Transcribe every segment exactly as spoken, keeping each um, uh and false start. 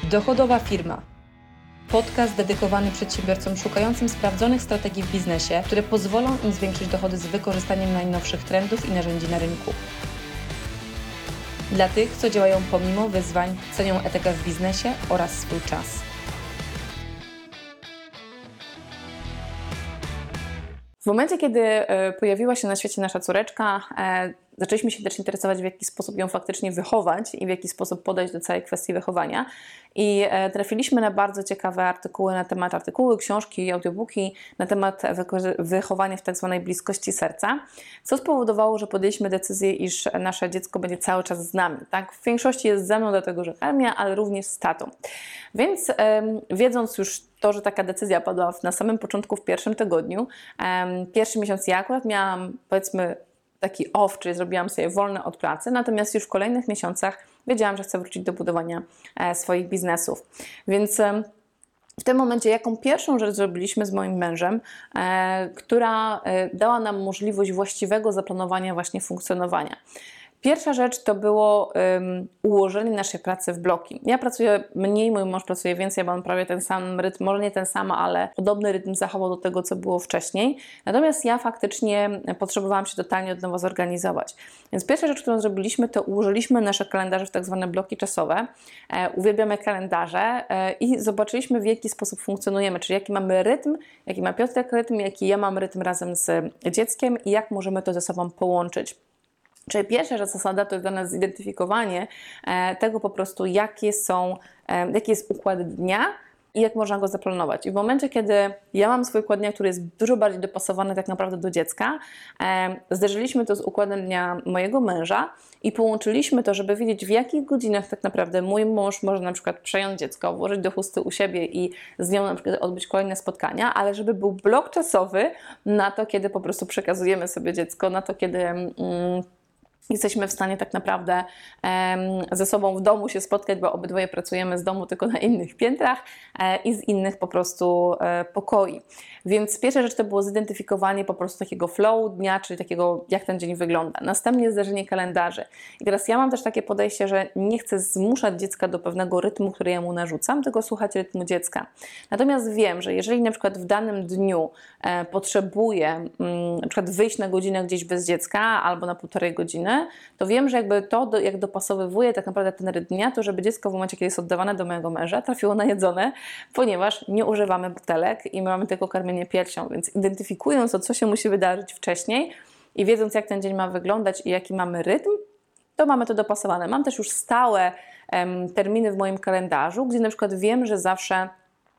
Dochodowa firma. Podcast dedykowany przedsiębiorcom szukającym sprawdzonych strategii w biznesie, które pozwolą im zwiększyć dochody z wykorzystaniem najnowszych trendów i narzędzi na rynku. Dla tych, co działają pomimo wyzwań, cenią etykę w biznesie oraz swój czas. W momencie, kiedy pojawiła się na świecie nasza córeczka, zaczęliśmy się też interesować, w jaki sposób ją faktycznie wychować i w jaki sposób podejść do całej kwestii wychowania. I trafiliśmy na bardzo ciekawe artykuły na temat artykuły, książki, audiobooki na temat wychowania w tak zwanej bliskości serca, co spowodowało, że podjęliśmy decyzję, iż nasze dziecko będzie cały czas z nami. Tak? W większości jest ze mną, dlatego że karmię, ale również z tatą. Więc um, wiedząc już to, że taka decyzja padła na samym początku, w pierwszym tygodniu, um, pierwszy miesiąc ja akurat miałam, powiedzmy, taki off, czyli zrobiłam sobie wolne od pracy, natomiast już w kolejnych miesiącach wiedziałam, że chcę wrócić do budowania e, swoich biznesów. Więc e, w tym momencie, jaką pierwszą rzecz zrobiliśmy z moim mężem, e, która e, dała nam możliwość właściwego zaplanowania właśnie funkcjonowania. Pierwsza rzecz to było um, ułożenie naszej pracy w bloki. Ja pracuję mniej, mój mąż pracuje więcej, bo on prawie ten sam rytm, może nie ten sam, ale podobny rytm zachował do tego, co było wcześniej. Natomiast ja faktycznie potrzebowałam się totalnie od nowa zorganizować. Więc pierwsza rzecz, którą zrobiliśmy, to ułożyliśmy nasze kalendarze w tak zwane bloki czasowe. E, uwielbiamy kalendarze e, i zobaczyliśmy, w jaki sposób funkcjonujemy, czyli jaki mamy rytm, jaki ma Piotrek rytm, jaki ja mam rytm razem z dzieckiem i jak możemy to ze sobą połączyć. Czyli pierwsza rzecz, zasada to jest dla nas zidentyfikowanie e, tego po prostu, jakie są, e, jaki jest układ dnia i jak można go zaplanować. I w momencie, kiedy ja mam swój układ dnia, który jest dużo bardziej dopasowany tak naprawdę do dziecka, e, zderzyliśmy to z układem dnia mojego męża i połączyliśmy to, żeby wiedzieć, w jakich godzinach tak naprawdę mój mąż może na przykład przejąć dziecko, włożyć do chusty u siebie i z nią na przykład odbyć kolejne spotkania, ale żeby był blok czasowy na to, kiedy po prostu przekazujemy sobie dziecko, na to, kiedy... Mm, jesteśmy w stanie tak naprawdę e, ze sobą w domu się spotkać, bo obydwoje pracujemy z domu, tylko na innych piętrach e, i z innych po prostu e, pokoi. Więc pierwsza rzecz to było zidentyfikowanie po prostu takiego flow dnia, czyli takiego, jak ten dzień wygląda. Następnie zderzenie kalendarzy. I teraz ja mam też takie podejście, że nie chcę zmuszać dziecka do pewnego rytmu, który ja mu narzucam, tylko słuchać rytmu dziecka. Natomiast wiem, że jeżeli na przykład w danym dniu e, potrzebuję mm, na przykład wyjść na godzinę gdzieś bez dziecka albo na półtorej godziny, to wiem, że jakby to, do, jak dopasowywuję tak naprawdę ten rytm dnia, to żeby dziecko w momencie, kiedy jest oddawane do mojego męża, trafiło najedzone, ponieważ nie używamy butelek i my mamy tylko karmienie piersią, więc identyfikując to, co się musi wydarzyć wcześniej i wiedząc, jak ten dzień ma wyglądać i jaki mamy rytm, to mamy to dopasowane. Mam też już stałe em, terminy w moim kalendarzu, gdzie na przykład wiem, że zawsze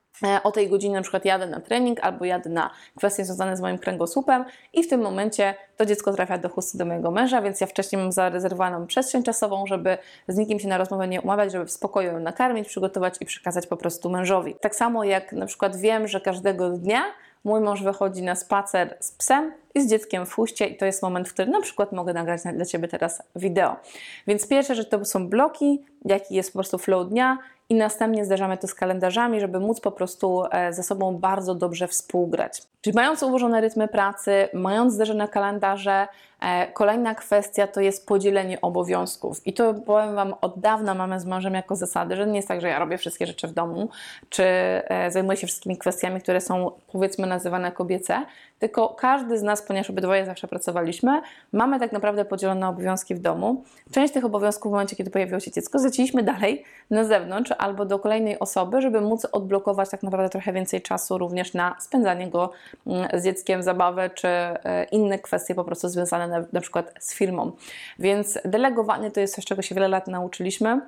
o tej godzinie na przykład jadę na trening albo jadę na kwestie związane z moim kręgosłupem i w tym momencie to dziecko trafia do chusty do mojego męża, więc ja wcześniej mam zarezerwowaną przestrzeń czasową, żeby z nikim się na rozmowę nie umawiać, żeby w spokoju ją nakarmić, przygotować i przekazać po prostu mężowi. Tak samo jak na przykład wiem, że każdego dnia mój mąż wychodzi na spacer z psem i z dzieckiem w huście i to jest moment, w którym na przykład mogę nagrać dla Ciebie teraz wideo. Więc pierwsze, że to są bloki, jaki jest po prostu flow dnia i następnie zderzamy to z kalendarzami, żeby móc po prostu ze sobą bardzo dobrze współgrać. Czyli mając ułożone rytmy pracy, mając zderzone kalendarze, kolejna kwestia to jest podzielenie obowiązków. I to powiem Wam, od dawna mamy z mężem jako zasady, że nie jest tak, że ja robię wszystkie rzeczy w domu, czy zajmuję się wszystkimi kwestiami, które są powiedzmy nazywane kobiece, tylko każdy z nas, ponieważ obydwoje zawsze pracowaliśmy, mamy tak naprawdę podzielone obowiązki w domu. Część tych obowiązków w momencie, kiedy pojawiło się dziecko, zleciliśmy dalej na zewnątrz albo do kolejnej osoby, żeby móc odblokować tak naprawdę trochę więcej czasu również na spędzanie go z dzieckiem, zabawę, czy inne kwestie po prostu związane na, na przykład z firmą. Więc delegowanie to jest coś, czego się wiele lat nauczyliśmy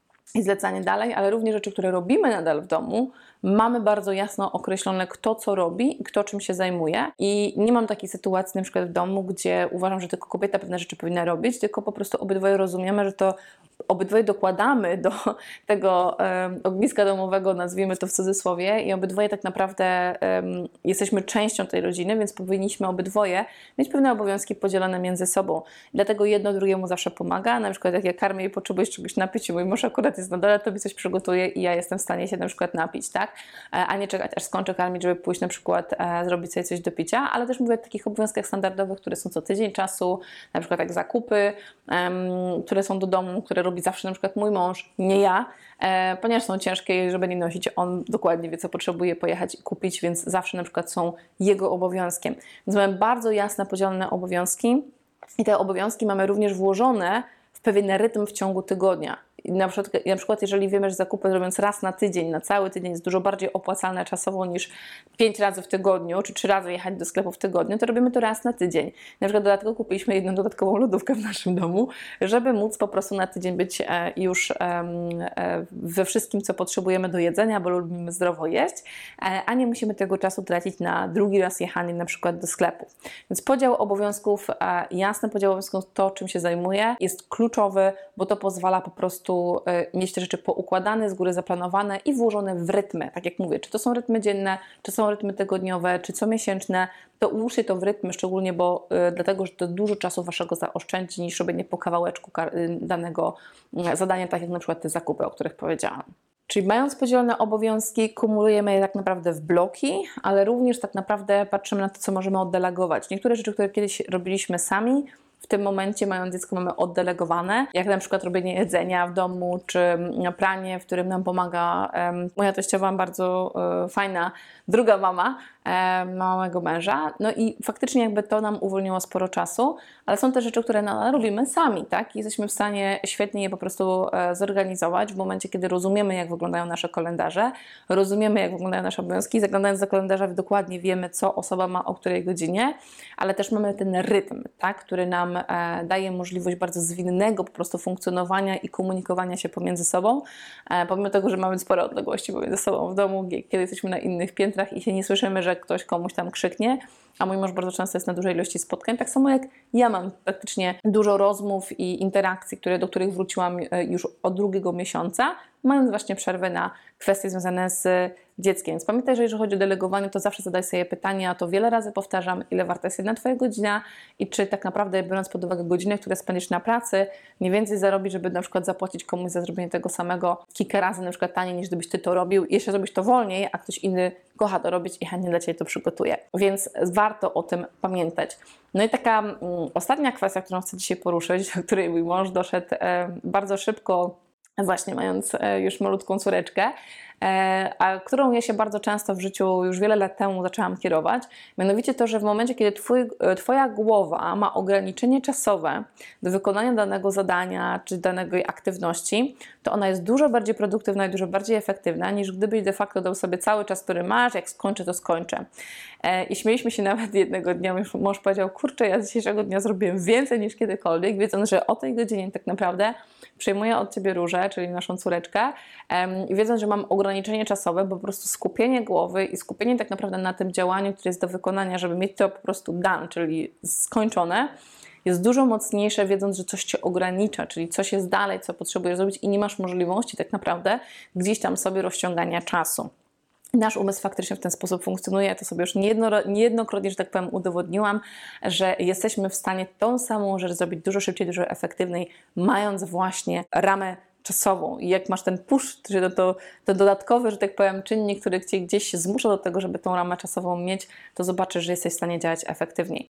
i zlecanie dalej, ale również rzeczy, które robimy nadal w domu, mamy bardzo jasno określone, kto co robi i kto czym się zajmuje. I nie mam takiej sytuacji na przykład w domu, gdzie uważam, że tylko kobieta pewne rzeczy powinna robić, tylko po prostu obydwoje rozumiemy, że to obydwoje dokładamy do tego um, ogniska domowego, nazwijmy to w cudzysłowie, i obydwoje tak naprawdę um, jesteśmy częścią tej rodziny, więc powinniśmy obydwoje mieć pewne obowiązki podzielone między sobą. Dlatego jedno drugiemu zawsze pomaga. Na przykład jak ja karmię i potrzebuję czegoś napić, mój mąż akurat jest na dole, to mi coś przygotuje i ja jestem w stanie się na przykład napić, tak? A nie czekać, aż skończę karmić, żeby pójść na przykład e, zrobić sobie coś do picia, ale też mówię o takich obowiązkach standardowych, które są co tydzień czasu, na przykład jak zakupy, em, które są do domu, które robi zawsze na przykład mój mąż, nie ja, e, ponieważ są ciężkie, żeby nie nosić, on dokładnie wie, co potrzebuje pojechać i kupić, więc zawsze na przykład są jego obowiązkiem. Więc mamy bardzo jasno podzielone obowiązki i te obowiązki mamy również włożone w pewien rytm w ciągu tygodnia. Na przykład, na przykład jeżeli wiemy, że zakupy robiąc raz na tydzień, na cały tydzień jest dużo bardziej opłacalne czasowo niż pięć razy w tygodniu, czy trzy razy jechać do sklepu w tygodniu, to robimy to raz na tydzień. Na przykład dodatkowo kupiliśmy jedną dodatkową lodówkę w naszym domu, żeby móc po prostu na tydzień być już we wszystkim, co potrzebujemy do jedzenia, bo lubimy zdrowo jeść, a nie musimy tego czasu tracić na drugi raz jechanie na przykład do sklepu. Więc podział obowiązków, jasny podział obowiązków, to czym się zajmuję, jest kluczowy, bo to pozwala po prostu mieć te rzeczy poukładane, z góry zaplanowane i włożone w rytmy. Tak jak mówię, czy to są rytmy dzienne, czy są rytmy tygodniowe, czy comiesięczne, to ułóżcie to w rytm, szczególnie, bo y, dlatego, że to dużo czasu Waszego zaoszczędzi niż robienie po kawałeczku y, danego y, zadania, tak jak na przykład te zakupy, o których powiedziałam. Czyli mając podzielone obowiązki, kumulujemy je tak naprawdę w bloki, ale również tak naprawdę patrzymy na to, co możemy oddelegować. Niektóre rzeczy, które kiedyś robiliśmy sami, w tym momencie, mając dziecko, mamy oddelegowane, jak na przykład robienie jedzenia w domu, czy pranie, w którym nam pomaga um, moja teściowa, bardzo um, fajna druga mama, um, małego męża. No i faktycznie jakby to nam uwolniło sporo czasu, ale są też rzeczy, które nadal robimy sami, tak? I jesteśmy w stanie świetnie je po prostu e, zorganizować w momencie, kiedy rozumiemy, jak wyglądają nasze kalendarze, rozumiemy, jak wyglądają nasze obowiązki, zaglądając do kalendarza dokładnie wiemy, co osoba ma o której godzinie, ale też mamy ten rytm, tak? Który nam e, daje możliwość bardzo zwinnego po prostu funkcjonowania i komunikowania się pomiędzy sobą, e, pomimo tego, że mamy spore odległości pomiędzy sobą w domu, kiedy jesteśmy na innych piętrach i się nie słyszymy, że ktoś komuś tam krzyknie, a mój mąż bardzo często jest na dużej ilości spotkań, tak samo jak ja mam praktycznie dużo rozmów i interakcji, które, do których wróciłam już od drugiego miesiąca, mając właśnie przerwę na kwestie związane z dzieckiem. Więc pamiętaj, że jeżeli chodzi o delegowanie, to zawsze zadaj sobie pytanie, a to wiele razy powtarzam, ile warta jest jedna Twoja godzina i czy tak naprawdę, biorąc pod uwagę godziny, które spędzisz na pracy, mniej więcej zarobić, żeby na przykład zapłacić komuś za zrobienie tego samego kilka razy na przykład taniej, niż gdybyś Ty to robił i jeszcze zrobić to wolniej, a ktoś inny kocha to robić i chętnie dla Ciebie to przygotuje. Więc warto o tym pamiętać. No i taka mm, ostatnia kwestia, którą chcę dzisiaj poruszyć, do której mój mąż doszedł e, bardzo szybko, właśnie mając e, już malutką córeczkę, a którą ja się bardzo często w życiu już wiele lat temu zaczęłam kierować, mianowicie to, że w momencie, kiedy twój, Twoja głowa ma ograniczenie czasowe do wykonania danego zadania czy danej aktywności, to ona jest dużo bardziej produktywna i dużo bardziej efektywna, niż gdybyś de facto dał sobie cały czas, który masz, jak skończę, to skończę. I śmieliśmy się nawet jednego dnia, już mąż powiedział, kurczę, ja dzisiejszego dnia zrobiłem więcej niż kiedykolwiek, wiedząc, że o tej godzinie tak naprawdę przejmuję od Ciebie Różę, czyli naszą córeczkę, i wiedząc, że mam ograniczenie czasowe, bo po prostu skupienie głowy i skupienie tak naprawdę na tym działaniu, które jest do wykonania, żeby mieć to po prostu done, czyli skończone, jest dużo mocniejsze, wiedząc, że coś Cię ogranicza, czyli coś jest dalej, co potrzebujesz zrobić i nie masz możliwości tak naprawdę gdzieś tam sobie rozciągania czasu. Nasz umysł faktycznie w ten sposób funkcjonuje. Ja to sobie już niejedno, niejednokrotnie, że tak powiem, udowodniłam, że jesteśmy w stanie tą samą rzecz zrobić dużo szybciej, dużo efektywniej, mając właśnie ramę czasową. I jak masz ten push, czyli to, to, to dodatkowy, że tak powiem, czynnik, który Cię gdzieś zmusza do tego, żeby tą ramę czasową mieć, to zobaczysz, że jesteś w stanie działać efektywniej.